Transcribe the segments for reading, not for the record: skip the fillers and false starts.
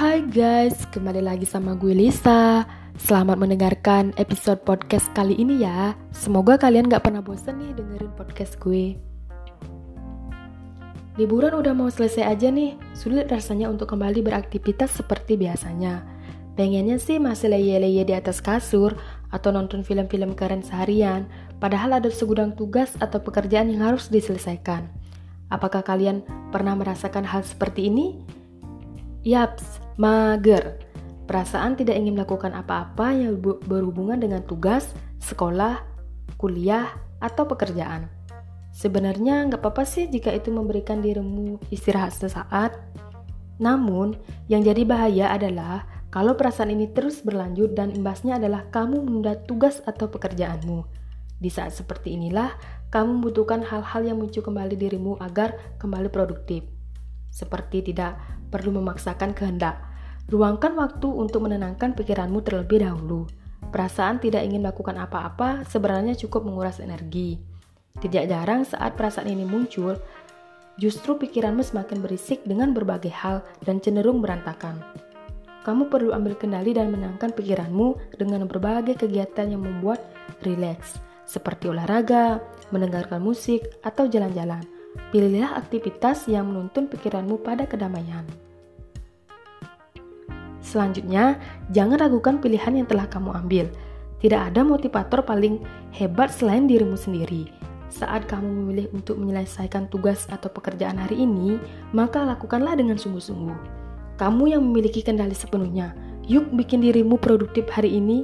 Hai guys, kembali lagi sama gue Lisa. Selamat mendengarkan episode podcast kali ini ya. Semoga kalian gak pernah bosan nih dengerin podcast gue. Liburan udah mau selesai aja nih. Sulit rasanya untuk kembali beraktivitas seperti biasanya. Pengennya sih masih leye-leye di atas kasur atau nonton film-film keren seharian, padahal ada segudang tugas atau pekerjaan yang harus diselesaikan. Apakah kalian pernah merasakan hal seperti ini? Yaps, mager. Perasaan tidak ingin melakukan apa-apa yang berhubungan dengan tugas, sekolah, kuliah, atau pekerjaan. Sebenarnya nggak apa-apa sih jika itu memberikan dirimu istirahat sesaat. Namun, yang jadi bahaya adalah kalau perasaan ini terus berlanjut dan imbasnya adalah kamu menunda tugas atau pekerjaanmu. Di saat seperti inilah, kamu membutuhkan hal-hal yang muncul kembali dirimu agar kembali produktif. Seperti tidak perlu memaksakan kehendak. Luangkan waktu untuk menenangkan pikiranmu terlebih dahulu. Perasaan tidak ingin melakukan apa-apa sebenarnya cukup menguras energi. Tidak jarang saat perasaan ini muncul, justru pikiranmu semakin berisik dengan berbagai hal dan cenderung berantakan. Kamu perlu ambil kendali dan menenangkan pikiranmu dengan berbagai kegiatan yang membuat rileks, seperti olahraga, mendengarkan musik, atau jalan-jalan. Pilihlah aktivitas yang menuntun pikiranmu pada kedamaian. Selanjutnya, jangan ragukan pilihan yang telah kamu ambil. Tidak ada motivator paling hebat selain dirimu sendiri. Saat kamu memilih untuk menyelesaikan tugas atau pekerjaan hari ini, maka lakukanlah dengan sungguh-sungguh. Kamu yang memiliki kendali sepenuhnya. Yuk bikin dirimu produktif hari ini.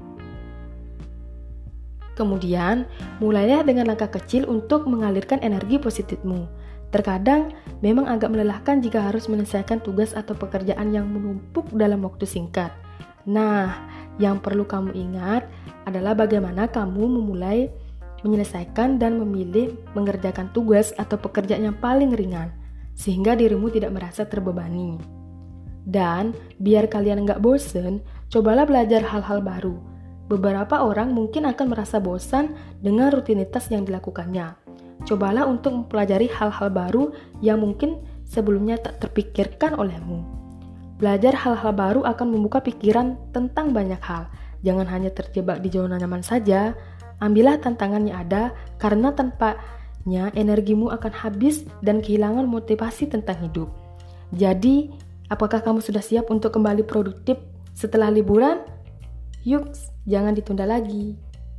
Kemudian, mulailah dengan langkah kecil untuk mengalirkan energi positifmu. Terkadang, memang agak melelahkan jika harus menyelesaikan tugas atau pekerjaan yang menumpuk dalam waktu singkat. Nah, yang perlu kamu ingat adalah bagaimana kamu memulai menyelesaikan dan memilih mengerjakan tugas atau pekerjaan yang paling ringan, sehingga dirimu tidak merasa terbebani. Dan, biar kalian nggak bosen, cobalah belajar hal-hal baru. Beberapa orang mungkin akan merasa bosan dengan rutinitas yang dilakukannya. Cobalah untuk mempelajari hal-hal baru yang mungkin sebelumnya tak terpikirkan olehmu. Belajar hal-hal baru akan membuka pikiran tentang banyak hal. Jangan hanya terjebak di zona nyaman saja. Ambillah tantangan yang ada, karena tanpanya energimu akan habis dan kehilangan motivasi tentang hidup. Jadi, apakah kamu sudah siap untuk kembali produktif setelah liburan? Yuk, jangan ditunda lagi.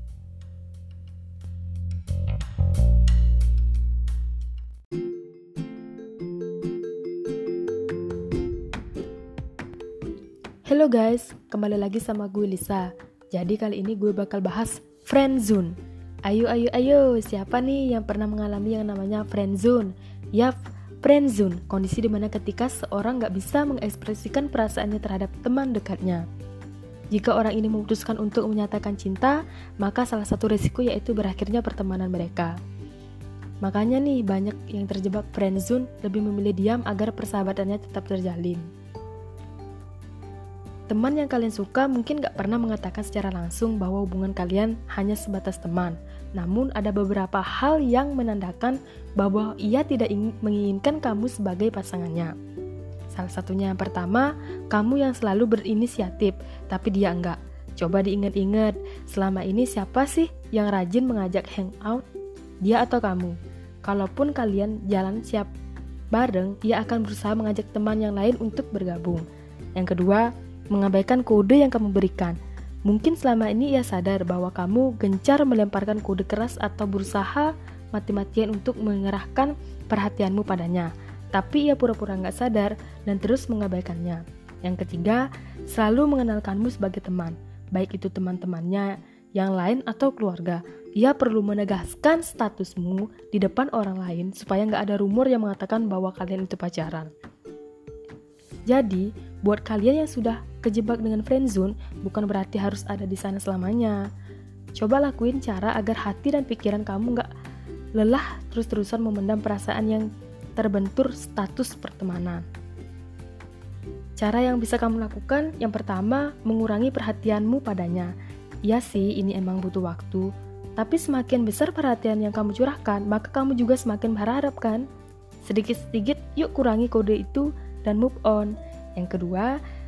Halo guys, kembali lagi sama gue Lisa. Jadi kali ini gue bakal bahas friendzone. Ayo, siapa nih yang pernah mengalami yang namanya friendzone? Yap, friendzone, kondisi dimana ketika seorang gak bisa mengekspresikan perasaannya terhadap teman dekatnya. Jika orang ini memutuskan untuk menyatakan cinta, maka salah satu resiko yaitu berakhirnya pertemanan mereka. Makanya nih, banyak yang terjebak friendzone lebih memilih diam agar persahabatannya tetap terjalin. Teman yang kalian suka mungkin gak pernah mengatakan secara langsung bahwa hubungan kalian hanya sebatas teman. Namun ada beberapa hal yang menandakan bahwa ia tidak menginginkan kamu sebagai pasangannya. Salah satunya yang pertama, kamu yang selalu berinisiatif, tapi dia enggak. Coba diingat-ingat, selama ini siapa sih yang rajin mengajak hangout? Dia atau kamu? Kalaupun kalian jalan siap bareng, ia akan berusaha mengajak teman yang lain untuk bergabung. Yang kedua, mengabaikan kode yang kamu berikan. Mungkin selama ini ia sadar bahwa kamu gencar melemparkan kode keras atau berusaha mati-matian untuk mengerahkan perhatianmu padanya. Tapi ia pura-pura nggak sadar dan terus mengabaikannya. Yang ketiga, selalu mengenalkanmu sebagai teman, baik itu teman-temannya yang lain atau keluarga. Ia perlu menegaskan statusmu di depan orang lain supaya nggak ada rumor yang mengatakan bahwa kalian itu pacaran. Jadi, buat kalian yang sudah kejebak dengan friendzone, bukan berarti harus ada di sana selamanya. Coba lakuin cara agar hati dan pikiran kamu nggak lelah terus-terusan memendam perasaan yang terbentur status pertemanan. Cara yang bisa kamu lakukan, yang pertama, mengurangi perhatianmu padanya. Iya sih, ini emang butuh waktu, tapi semakin besar perhatian yang kamu curahkan, maka kamu juga semakin berharap kan? Sedikit-sedikit, yuk kurangi kode itu dan move on. Yang kedua,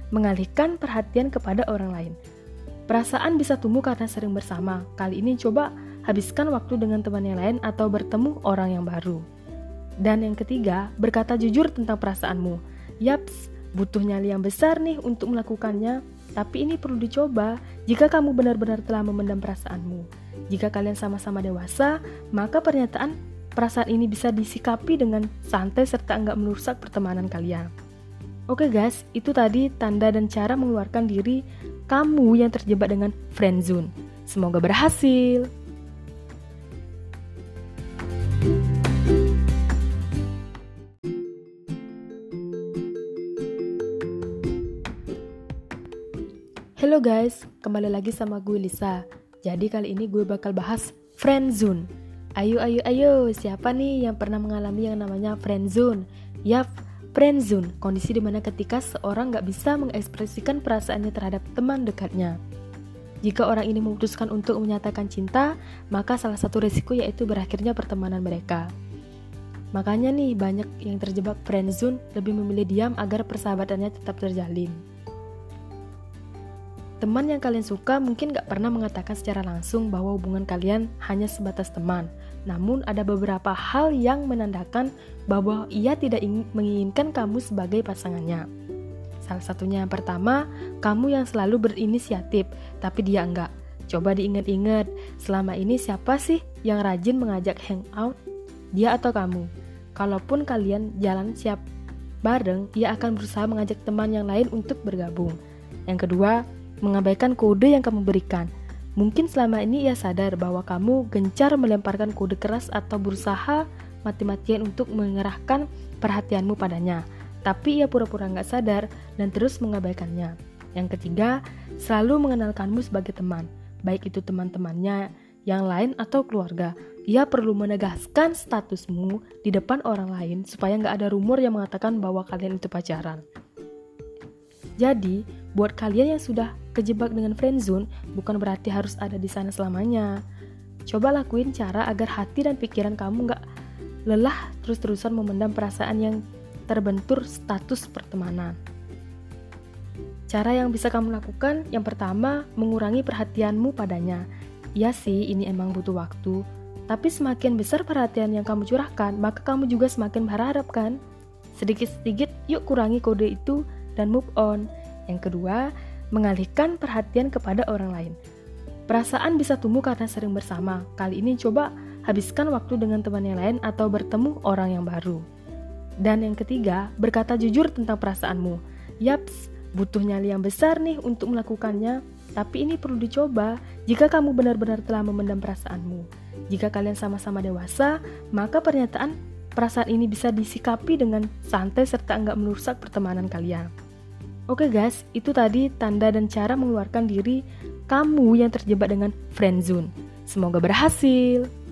mengalihkan perhatian kepada orang lain. Perasaan bisa tumbuh karena sering bersama. Kali ini coba habiskan waktu dengan teman yang lain atau bertemu orang yang baru. Dan yang ketiga, berkata jujur tentang perasaanmu. Yaps, butuh nyali yang besar nih untuk melakukannya, tapi ini perlu dicoba jika kamu benar-benar telah memendam perasaanmu. Jika kalian sama-sama dewasa, maka perasaan ini bisa disikapi dengan santai serta enggak merusak pertemanan kalian. Oke guys, itu tadi tanda dan cara mengeluarkan diri kamu yang terjebak dengan friendzone. Semoga berhasil. Halo guys, kembali lagi sama gue Lisa. Jadi kali ini gue bakal bahas friendzone. Ayo, siapa nih yang pernah mengalami yang namanya friendzone? Yap, friendzone, kondisi dimana ketika seorang gak bisa mengekspresikan perasaannya terhadap teman dekatnya. Jika orang ini memutuskan untuk menyatakan cinta, maka salah satu resiko yaitu berakhirnya pertemanan mereka. Makanya nih, banyak yang terjebak friendzone lebih memilih diam agar persahabatannya tetap terjalin. Teman yang kalian suka mungkin gak pernah mengatakan secara langsung bahwa hubungan kalian hanya sebatas teman. Namun ada beberapa hal yang menandakan bahwa ia tidak menginginkan kamu sebagai pasangannya. Salah satunya yang pertama, kamu yang selalu berinisiatif, tapi dia enggak. Coba diingat-ingat, selama ini siapa sih yang rajin mengajak hangout? Dia atau kamu? Kalaupun kalian jalan siap bareng, ia akan berusaha mengajak teman yang lain untuk bergabung. Yang kedua, mengabaikan kode yang kamu berikan. Mungkin selama ini ia sadar bahwa kamu gencar melemparkan kode keras atau berusaha mati-matian untuk mengerahkan perhatianmu padanya, tapi ia pura-pura nggak sadar dan terus mengabaikannya. Yang ketiga, selalu mengenalkanmu sebagai teman, baik itu teman-temannya yang lain atau keluarga. Ia perlu menegaskan statusmu di depan orang lain supaya nggak ada rumor yang mengatakan bahwa kalian itu pacaran. Jadi, buat kalian yang sudah kejebak dengan friendzone, bukan berarti harus ada di sana selamanya. Coba lakuin cara agar hati dan pikiran kamu gak lelah terus-terusan memendam perasaan yang terbentur status pertemanan. Cara yang bisa kamu lakukan, yang pertama, mengurangi perhatianmu padanya. Iya sih, ini emang butuh waktu, tapi semakin besar perhatian yang kamu curahkan, maka kamu juga semakin berharap kan? Sedikit-sedikit, yuk kurangi kode itu dan move on. Yang kedua, mengalihkan perhatian kepada orang lain. Perasaan bisa tumbuh karena sering bersama. Kali ini coba habiskan waktu dengan teman yang lain atau bertemu orang yang baru. Dan yang ketiga, berkata jujur tentang perasaanmu. Yaps, butuh nyali yang besar nih untuk melakukannya, tapi ini perlu dicoba jika kamu benar-benar telah memendam perasaanmu. Jika kalian sama-sama dewasa, maka perasaan ini bisa disikapi dengan santai serta enggak merusak pertemanan kalian. Oke guys, itu tadi tanda dan cara mengeluarkan diri kamu yang terjebak dengan friendzone. Semoga berhasil.